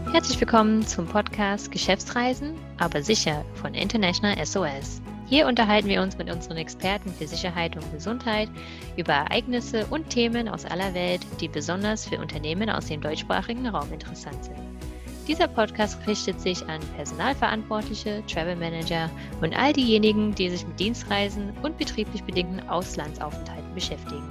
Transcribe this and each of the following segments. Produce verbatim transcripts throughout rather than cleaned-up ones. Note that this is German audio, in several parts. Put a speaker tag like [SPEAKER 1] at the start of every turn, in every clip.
[SPEAKER 1] Herzlich willkommen zum Podcast Geschäftsreisen, aber sicher von International S O S. Hier unterhalten wir uns mit unseren Experten für Sicherheit und Gesundheit über Ereignisse und Themen aus aller Welt, die besonders für Unternehmen aus dem deutschsprachigen Raum interessant sind. Dieser Podcast richtet sich an Personalverantwortliche, Travel Manager und all diejenigen, die sich mit Dienstreisen und betrieblich bedingten Auslandsaufenthalten beschäftigen.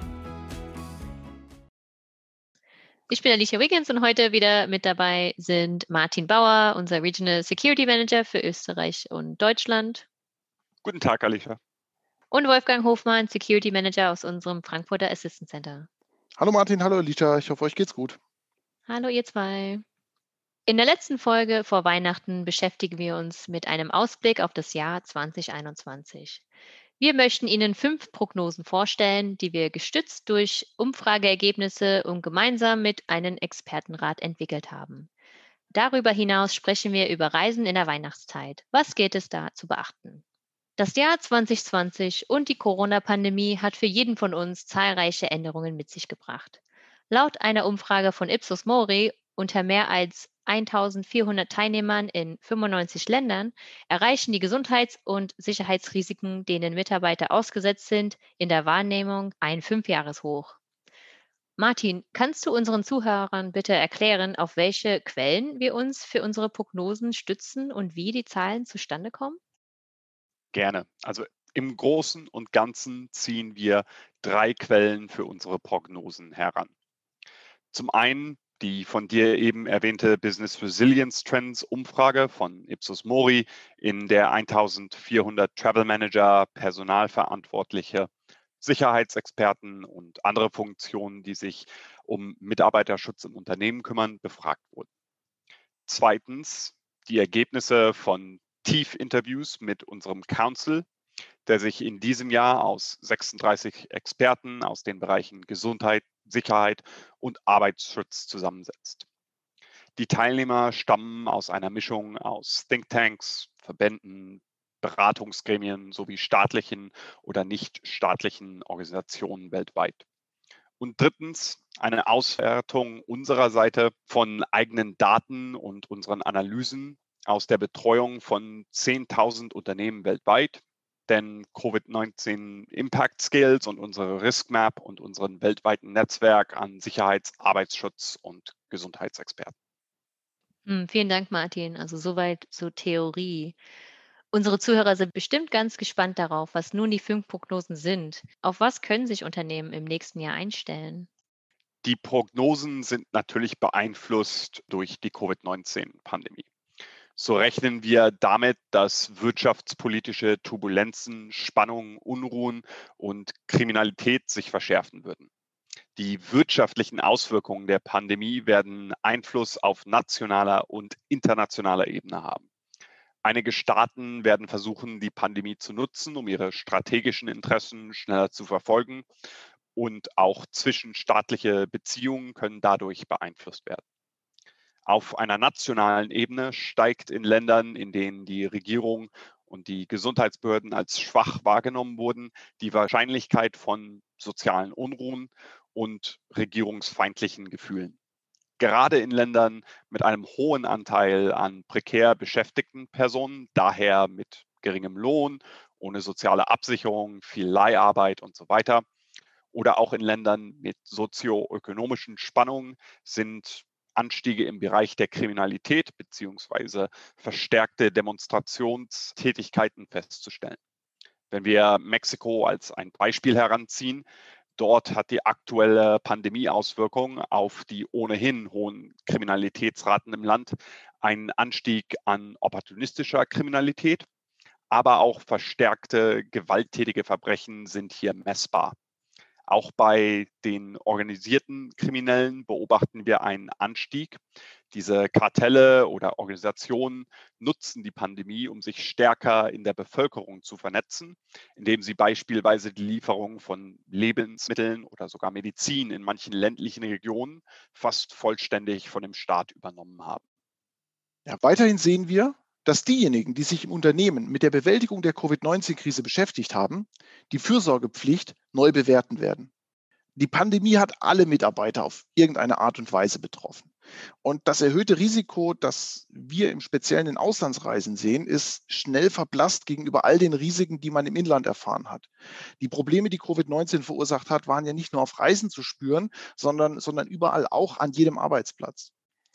[SPEAKER 1] Ich bin Alicia Wiggins und heute wieder mit dabei sind Martin Bauer, unser Regional Security Manager für Österreich und Deutschland.
[SPEAKER 2] Guten Tag, Alicia.
[SPEAKER 1] Und Wolfgang Hofmann, Security Manager aus unserem Frankfurter Assistance Center.
[SPEAKER 3] Hallo Martin, hallo Alicia, ich hoffe, euch geht's gut.
[SPEAKER 1] Hallo ihr zwei. In der letzten Folge vor Weihnachten beschäftigen wir uns mit einem Ausblick auf das Jahr zwanzig einundzwanzig. Wir möchten Ihnen fünf Prognosen vorstellen, die wir gestützt durch Umfrageergebnisse und gemeinsam mit einem Expertenrat entwickelt haben. Darüber hinaus sprechen wir über Reisen in der Weihnachtszeit. Was gilt es da zu beachten? Das Jahr zwanzig zwanzig und die Corona-Pandemie hat für jeden von uns zahlreiche Änderungen mit sich gebracht. Laut einer Umfrage von Ipsos Mori unter mehr als eintausendvierhundert Teilnehmern in fünfundneunzig Ländern erreichen die Gesundheits- und Sicherheitsrisiken, denen Mitarbeiter ausgesetzt sind, in der Wahrnehmung ein Fünfjahreshoch. Martin, kannst du unseren Zuhörern bitte erklären, auf welche Quellen wir uns für unsere Prognosen stützen und wie die Zahlen zustande kommen?
[SPEAKER 2] Gerne. Also im Großen und Ganzen ziehen wir drei Quellen für unsere Prognosen heran. Zum einen die von dir eben erwähnte Business Resilience Trends Umfrage von Ipsos Mori, in der eintausendvierhundert Travel Manager, Personalverantwortliche, Sicherheitsexperten und andere Funktionen, die sich um Mitarbeiterschutz im Unternehmen kümmern, befragt wurden. Zweitens die Ergebnisse von Tief-Interviews mit unserem Council, der sich in diesem Jahr aus sechsunddreißig Experten aus den Bereichen Gesundheit, Sicherheit und Arbeitsschutz zusammensetzt. Die Teilnehmer stammen aus einer Mischung aus Thinktanks, Verbänden, Beratungsgremien sowie staatlichen oder nichtstaatlichen Organisationen weltweit. Und drittens eine Auswertung unserer Seite von eigenen Daten und unseren Analysen aus der Betreuung von zehntausend Unternehmen weltweit, denn Covid neunzehn Impact Scales und unsere Risk Map und unseren weltweiten Netzwerk an Sicherheits-, Arbeitsschutz- und Gesundheitsexperten.
[SPEAKER 1] Hm, vielen Dank, Martin. Also soweit zur Theorie. Unsere Zuhörer sind bestimmt ganz gespannt darauf, was nun die fünf Prognosen sind. Auf was können sich Unternehmen im nächsten Jahr einstellen?
[SPEAKER 2] Die Prognosen sind natürlich beeinflusst durch die Covid neunzehn Pandemie. So rechnen wir damit, dass wirtschaftspolitische Turbulenzen, Spannungen, Unruhen und Kriminalität sich verschärfen würden. Die wirtschaftlichen Auswirkungen der Pandemie werden Einfluss auf nationaler und internationaler Ebene haben. Einige Staaten werden versuchen, die Pandemie zu nutzen, um ihre strategischen Interessen schneller zu verfolgen. Und auch zwischenstaatliche Beziehungen können dadurch beeinflusst werden. Auf einer nationalen Ebene steigt in Ländern, in denen die Regierung und die Gesundheitsbehörden als schwach wahrgenommen wurden, die Wahrscheinlichkeit von sozialen Unruhen und regierungsfeindlichen Gefühlen. Gerade in Ländern mit einem hohen Anteil an prekär beschäftigten Personen, daher mit geringem Lohn, ohne soziale Absicherung, viel Leiharbeit und so weiter, oder auch in Ländern mit sozioökonomischen Spannungen sind Anstiege im Bereich der Kriminalität bzw. verstärkte Demonstrationstätigkeiten festzustellen. Wenn wir Mexiko als ein Beispiel heranziehen, dort hat die aktuelle Pandemieauswirkung auf die ohnehin hohen Kriminalitätsraten im Land einen Anstieg an opportunistischer Kriminalität, aber auch verstärkte gewalttätige Verbrechen sind hier messbar. Auch bei den organisierten Kriminellen beobachten wir einen Anstieg. Diese Kartelle oder Organisationen nutzen die Pandemie, um sich stärker in der Bevölkerung zu vernetzen, indem sie beispielsweise die Lieferung von Lebensmitteln oder sogar Medizin in manchen ländlichen Regionen fast vollständig von dem Staat übernommen haben.
[SPEAKER 3] Ja, weiterhin sehen wir, dass diejenigen, die sich im Unternehmen mit der Bewältigung der Covid neunzehn Krise beschäftigt haben, die Fürsorgepflicht neu bewerten werden. Die Pandemie hat alle Mitarbeiter auf irgendeine Art und Weise betroffen. Und das erhöhte Risiko, das wir im Speziellen in Auslandsreisen sehen, ist schnell verblasst gegenüber all den Risiken, die man im Inland erfahren hat. Die Probleme, die Covid neunzehn verursacht hat, waren ja nicht nur auf Reisen zu spüren, sondern, sondern überall, auch an jedem Arbeitsplatz.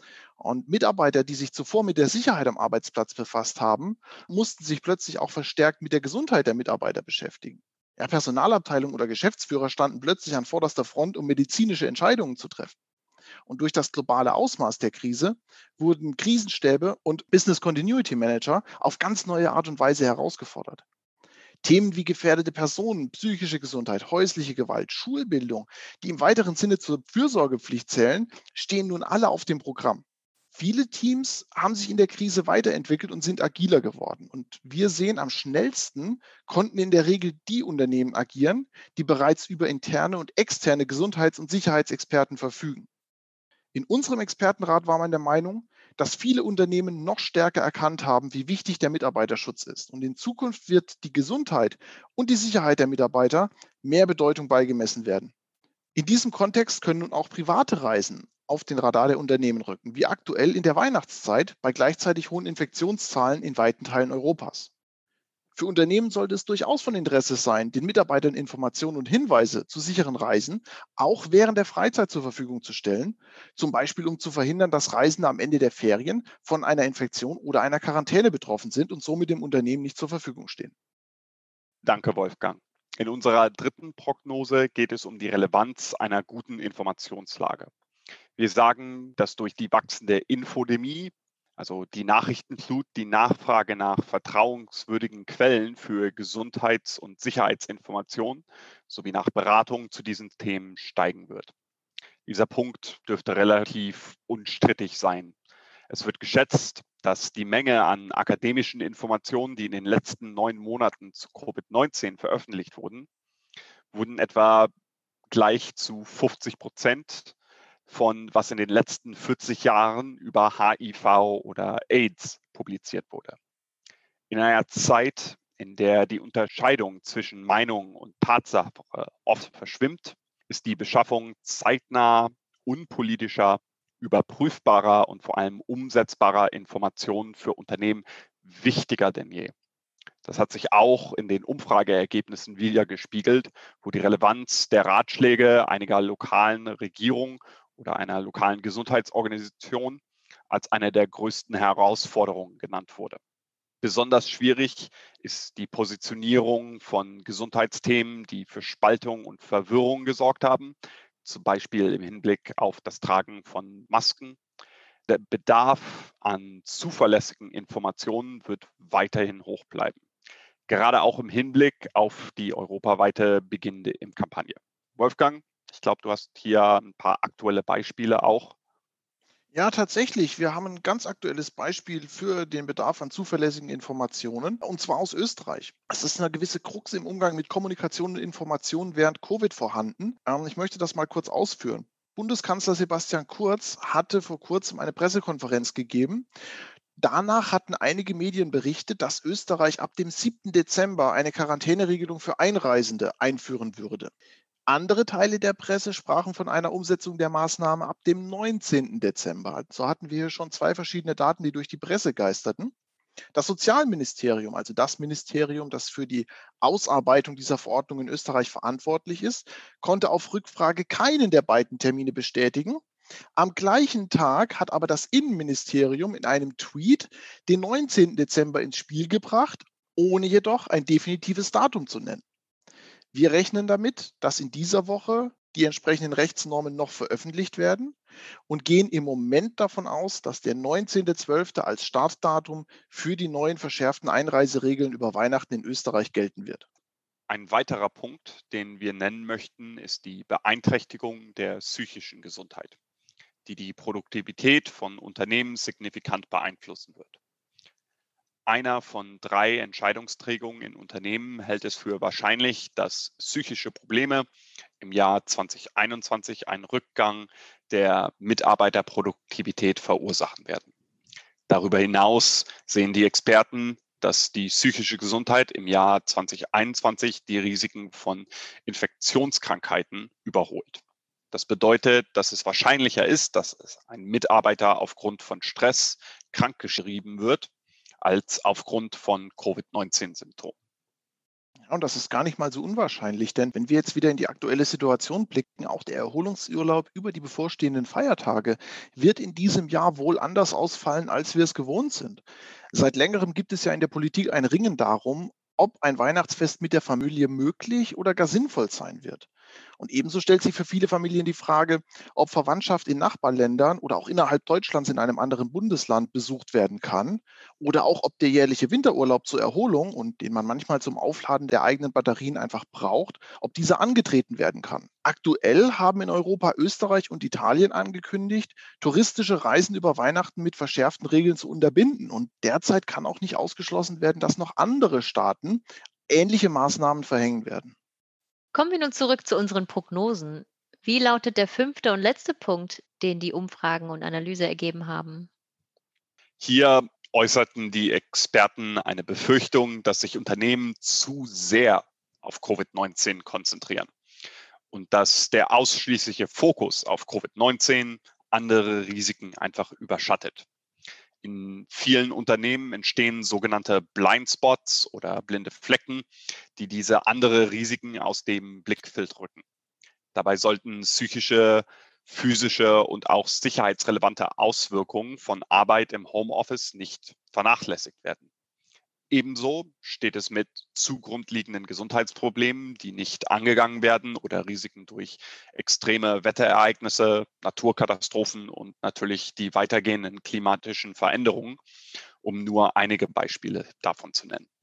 [SPEAKER 3] Und Mitarbeiter, die sich zuvor mit der Sicherheit am Arbeitsplatz befasst haben, mussten sich plötzlich auch verstärkt mit der Gesundheit der Mitarbeiter beschäftigen. Ja, Personalabteilung oder Geschäftsführer standen plötzlich an vorderster Front, um medizinische Entscheidungen zu treffen. Und durch das globale Ausmaß der Krise wurden Krisenstäbe und Business Continuity Manager auf ganz neue Art und Weise herausgefordert. Themen wie gefährdete Personen, psychische Gesundheit, häusliche Gewalt, Schulbildung, die im weiteren Sinne zur Fürsorgepflicht zählen, stehen nun alle auf dem Programm. Viele Teams haben sich in der Krise weiterentwickelt und sind agiler geworden. Und wir sehen, am schnellsten konnten in der Regel die Unternehmen agieren, die bereits über interne und externe Gesundheits- und Sicherheitsexperten verfügen. In unserem Expertenrat war man der Meinung, dass viele Unternehmen noch stärker erkannt haben, wie wichtig der Mitarbeiterschutz ist. Und in Zukunft wird die Gesundheit und die Sicherheit der Mitarbeiter mehr Bedeutung beigemessen werden. In diesem Kontext können nun auch private Reisen auf den Radar der Unternehmen rücken, wie aktuell in der Weihnachtszeit bei gleichzeitig hohen Infektionszahlen in weiten Teilen Europas. Für Unternehmen sollte es durchaus von Interesse sein, den Mitarbeitern Informationen und Hinweise zu sicheren Reisen auch während der Freizeit zur Verfügung zu stellen, zum Beispiel um zu verhindern, dass Reisende am Ende der Ferien von einer Infektion oder einer Quarantäne betroffen sind und somit dem Unternehmen nicht zur Verfügung stehen.
[SPEAKER 2] Danke, Wolfgang. In unserer dritten Prognose geht es um die Relevanz einer guten Informationslage. Wir sagen, dass durch die wachsende Infodemie, also die Nachrichtenflut, die Nachfrage nach vertrauenswürdigen Quellen für Gesundheits- und Sicherheitsinformationen sowie nach Beratung zu diesen Themen steigen wird. Dieser Punkt dürfte relativ unstrittig sein. Es wird geschätzt, dass die Menge an akademischen Informationen, die in den letzten neun Monaten zu Covid neunzehn veröffentlicht wurden, wurden etwa gleich zu fünfzig Prozent von was in den letzten vierzig Jahren über H I V oder AIDS publiziert wurde. In einer Zeit, in der die Unterscheidung zwischen Meinung und Tatsache oft verschwimmt, ist die Beschaffung zeitnah, unpolitischer, überprüfbarer und vor allem umsetzbarer Informationen für Unternehmen wichtiger denn je. Das hat sich auch in den Umfrageergebnissen widergespiegelt, wo die Relevanz der Ratschläge einiger lokalen Regierungen oder einer lokalen Gesundheitsorganisation als eine der größten Herausforderungen genannt wurde. Besonders schwierig ist die Positionierung von Gesundheitsthemen, die für Spaltung und Verwirrung gesorgt haben, zum Beispiel im Hinblick auf das Tragen von Masken. Der Bedarf an zuverlässigen Informationen wird weiterhin hoch bleiben, gerade auch im Hinblick auf die europaweite beginnende Impfkampagne. Wolfgang, ich glaube, du hast hier ein paar aktuelle Beispiele auch.
[SPEAKER 3] Ja, tatsächlich. Wir haben ein ganz aktuelles Beispiel für den Bedarf an zuverlässigen Informationen, und zwar aus Österreich. Es ist eine gewisse Krux im Umgang mit Kommunikation und Informationen während Covid vorhanden. Ähm, ich möchte das mal kurz ausführen. Bundeskanzler Sebastian Kurz hatte vor kurzem eine Pressekonferenz gegeben. Danach hatten einige Medien berichtet, dass Österreich ab dem siebten Dezember eine Quarantäneregelung für Einreisende einführen würde. Andere Teile der Presse sprachen von einer Umsetzung der Maßnahme ab dem neunzehnten Dezember. So hatten wir hier schon zwei verschiedene Daten, die durch die Presse geisterten. Das Sozialministerium, also das Ministerium, das für die Ausarbeitung dieser Verordnung in Österreich verantwortlich ist, konnte auf Rückfrage keinen der beiden Termine bestätigen. Am gleichen Tag hat aber das Innenministerium in einem Tweet den neunzehnten Dezember ins Spiel gebracht, ohne jedoch ein definitives Datum zu nennen. Wir rechnen damit, dass in dieser Woche die entsprechenden Rechtsnormen noch veröffentlicht werden und gehen im Moment davon aus, dass der neunzehnte zwölfte als Startdatum für die neuen verschärften Einreiseregeln über Weihnachten in Österreich gelten wird.
[SPEAKER 2] Ein weiterer Punkt, den wir nennen möchten, ist die Beeinträchtigung der psychischen Gesundheit, die die Produktivität von Unternehmen signifikant beeinflussen wird. Einer von drei Entscheidungsträgern in Unternehmen hält es für wahrscheinlich, dass psychische Probleme im Jahr zwanzig einundzwanzig einen Rückgang der Mitarbeiterproduktivität verursachen werden. Darüber hinaus sehen die Experten, dass die psychische Gesundheit im Jahr zwanzig einundzwanzig die Risiken von Infektionskrankheiten überholt. Das bedeutet, dass es wahrscheinlicher ist, dass es ein Mitarbeiter aufgrund von Stress krankgeschrieben wird, als aufgrund von Covid neunzehn Symptomen.
[SPEAKER 3] Ja, und das ist gar nicht mal so unwahrscheinlich, denn wenn wir jetzt wieder in die aktuelle Situation blicken, auch der Erholungsurlaub über die bevorstehenden Feiertage wird in diesem Jahr wohl anders ausfallen, als wir es gewohnt sind. Seit längerem gibt es ja in der Politik ein Ringen darum, ob ein Weihnachtsfest mit der Familie möglich oder gar sinnvoll sein wird. Und ebenso stellt sich für viele Familien die Frage, ob Verwandtschaft in Nachbarländern oder auch innerhalb Deutschlands in einem anderen Bundesland besucht werden kann oder auch ob der jährliche Winterurlaub zur Erholung und den man manchmal zum Aufladen der eigenen Batterien einfach braucht, ob dieser angetreten werden kann. Aktuell haben in Europa Österreich und Italien angekündigt, touristische Reisen über Weihnachten mit verschärften Regeln zu unterbinden. Und derzeit kann auch nicht ausgeschlossen werden, dass noch andere Staaten ähnliche Maßnahmen verhängen werden.
[SPEAKER 1] Kommen wir nun zurück zu unseren Prognosen. Wie lautet der fünfte und letzte Punkt, den die Umfragen und Analyse ergeben haben?
[SPEAKER 2] Hier äußerten die Experten eine Befürchtung, dass sich Unternehmen zu sehr auf Covid neunzehn konzentrieren und dass der ausschließliche Fokus auf Covid neunzehn andere Risiken einfach überschattet. In vielen Unternehmen entstehen sogenannte Blindspots oder blinde Flecken, die diese andere Risiken aus dem Blickfeld rücken. Dabei sollten psychische, physische und auch sicherheitsrelevante Auswirkungen von Arbeit im Homeoffice nicht vernachlässigt werden. Ebenso steht es mit zugrundliegenden Gesundheitsproblemen, die nicht angegangen werden oder Risiken durch extreme Wetterereignisse, Naturkatastrophen und natürlich die weitergehenden klimatischen Veränderungen, um nur einige Beispiele davon zu nennen.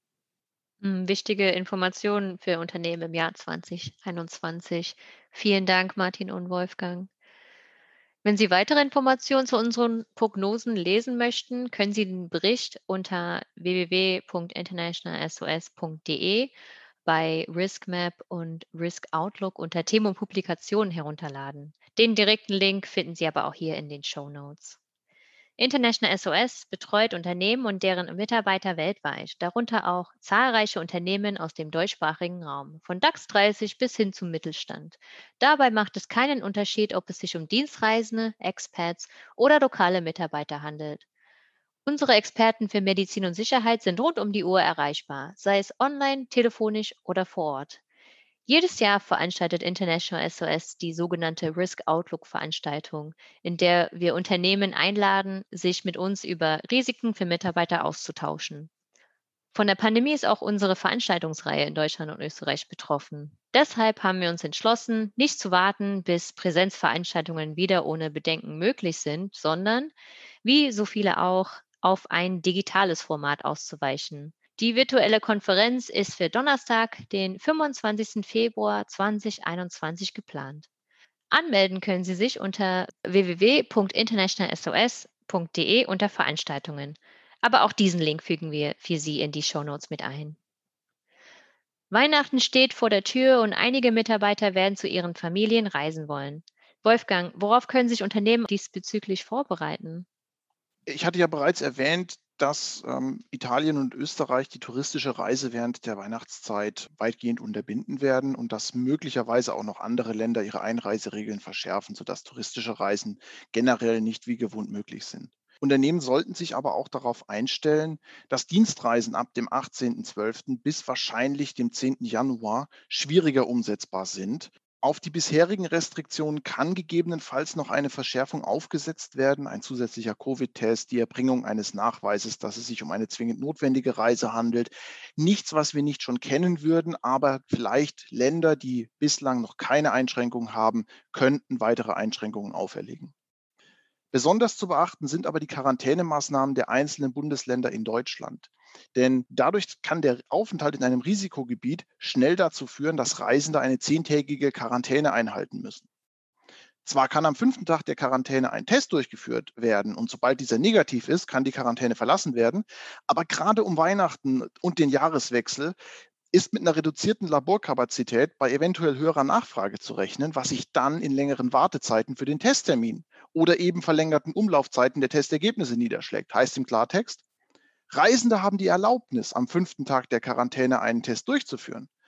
[SPEAKER 1] Hm, wichtige Informationen für Unternehmen im Jahr zwanzig einundzwanzig. Vielen Dank, Martin und Wolfgang. Wenn Sie weitere Informationen zu unseren Prognosen lesen möchten, können Sie den Bericht unter w w w punkt international s o s punkt d e bei RiskMap und Risk Outlook unter Themen und Publikationen herunterladen. Den direkten Link finden Sie aber auch hier in den Show Notes. International S O S betreut Unternehmen und deren Mitarbeiter weltweit, darunter auch zahlreiche Unternehmen aus dem deutschsprachigen Raum, von DAX dreißig bis hin zum Mittelstand. Dabei macht es keinen Unterschied, ob es sich um Dienstreisende, Expats oder lokale Mitarbeiter handelt. Unsere Experten für Medizin und Sicherheit sind rund um die Uhr erreichbar, sei es online, telefonisch oder vor Ort. Jedes Jahr veranstaltet International S O S die sogenannte Risk Outlook Veranstaltung, in der wir Unternehmen einladen, sich mit uns über Risiken für Mitarbeiter auszutauschen. Von der Pandemie ist auch unsere Veranstaltungsreihe in Deutschland und Österreich betroffen. Deshalb haben wir uns entschlossen, nicht zu warten, bis Präsenzveranstaltungen wieder ohne Bedenken möglich sind, sondern, wie so viele auch, auf ein digitales Format auszuweichen. Die virtuelle Konferenz ist für Donnerstag, den fünfundzwanzigsten Februar zweitausendeinundzwanzig geplant. Anmelden können Sie sich unter w w w punkt international s o s punkt d e unter Veranstaltungen. Aber auch diesen Link fügen wir für Sie in die Shownotes mit ein. Weihnachten steht vor der Tür und einige Mitarbeiter werden zu ihren Familien reisen wollen. Wolfgang, worauf können sich Unternehmen diesbezüglich vorbereiten?
[SPEAKER 3] Ich hatte ja bereits erwähnt, dass ähm, Italien und Österreich die touristische Reise während der Weihnachtszeit weitgehend unterbinden werden und dass möglicherweise auch noch andere Länder ihre Einreiseregeln verschärfen, sodass touristische Reisen generell nicht wie gewohnt möglich sind. Unternehmen sollten sich aber auch darauf einstellen, dass Dienstreisen ab dem achtzehnten zwölften bis wahrscheinlich dem zehnten Januar schwieriger umsetzbar sind. Auf die bisherigen Restriktionen kann gegebenenfalls noch eine Verschärfung aufgesetzt werden, ein zusätzlicher Covid-Test, die Erbringung eines Nachweises, dass es sich um eine zwingend notwendige Reise handelt. Nichts, was wir nicht schon kennen würden, aber vielleicht Länder, die bislang noch keine Einschränkungen haben, könnten weitere Einschränkungen auferlegen. Besonders zu beachten sind aber die Quarantänemaßnahmen der einzelnen Bundesländer in Deutschland. Denn dadurch kann der Aufenthalt in einem Risikogebiet schnell dazu führen, dass Reisende eine zehntägige Quarantäne einhalten müssen. Zwar kann am fünften Tag der Quarantäne ein Test durchgeführt werden und sobald dieser negativ ist, kann die Quarantäne verlassen werden. Aber gerade um Weihnachten und den Jahreswechsel ist mit einer reduzierten Laborkapazität bei eventuell höherer Nachfrage zu rechnen, was sich dann in längeren Wartezeiten für den Testtermin oder eben verlängerten Umlaufzeiten der Testergebnisse niederschlägt. Heißt im Klartext, Reisende haben die Erlaubnis, am fünften Tag der Quarantäne einen Test durchzuführen.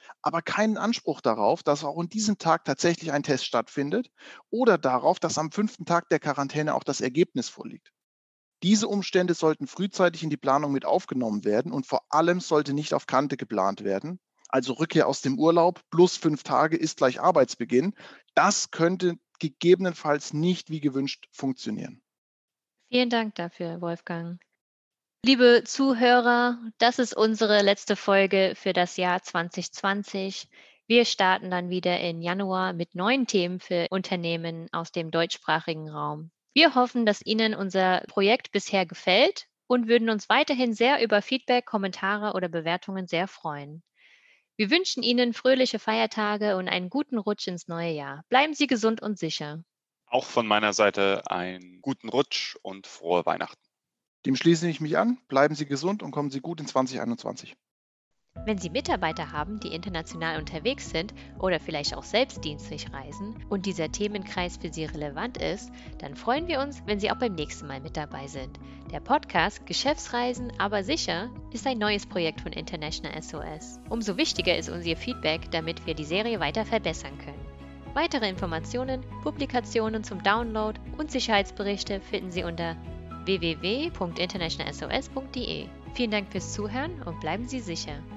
[SPEAKER 3] aber keinen Anspruch darauf, dass auch an diesem Tag tatsächlich ein Test stattfindet oder darauf, dass am fünften Tag der Quarantäne auch das Ergebnis vorliegt. Diese Umstände sollten frühzeitig in die Planung mit aufgenommen werden und vor allem sollte nicht auf Kante geplant werden. Also Rückkehr aus dem Urlaub plus fünf Tage ist gleich Arbeitsbeginn. Das könnte gegebenenfalls nicht wie gewünscht funktionieren.
[SPEAKER 1] Vielen Dank dafür, Wolfgang. Liebe Zuhörer, das ist unsere letzte Folge für das Jahr zwanzig zwanzig. Wir starten dann wieder im Januar mit neuen Themen für Unternehmen aus dem deutschsprachigen Raum. Wir hoffen, dass Ihnen unser Projekt bisher gefällt und würden uns weiterhin sehr über Feedback, Kommentare oder Bewertungen sehr freuen. Wir wünschen Ihnen fröhliche Feiertage und einen guten Rutsch ins neue Jahr. Bleiben Sie gesund und sicher.
[SPEAKER 2] Auch von meiner Seite einen guten Rutsch und frohe Weihnachten.
[SPEAKER 3] Dem schließe ich mich an. Bleiben Sie gesund und kommen Sie gut in zwanzig einundzwanzig.
[SPEAKER 1] Wenn Sie Mitarbeiter haben, die international unterwegs sind oder vielleicht auch selbst dienstlich reisen und dieser Themenkreis für Sie relevant ist, dann freuen wir uns, wenn Sie auch beim nächsten Mal mit dabei sind. Der Podcast Geschäftsreisen, aber sicher ist ein neues Projekt von International S O S. Umso wichtiger ist uns Ihr Feedback, damit wir die Serie weiter verbessern können. Weitere Informationen, Publikationen zum Download und Sicherheitsberichte finden Sie unter w w w punkt international s o s punkt d e. Vielen Dank fürs Zuhören und bleiben Sie sicher.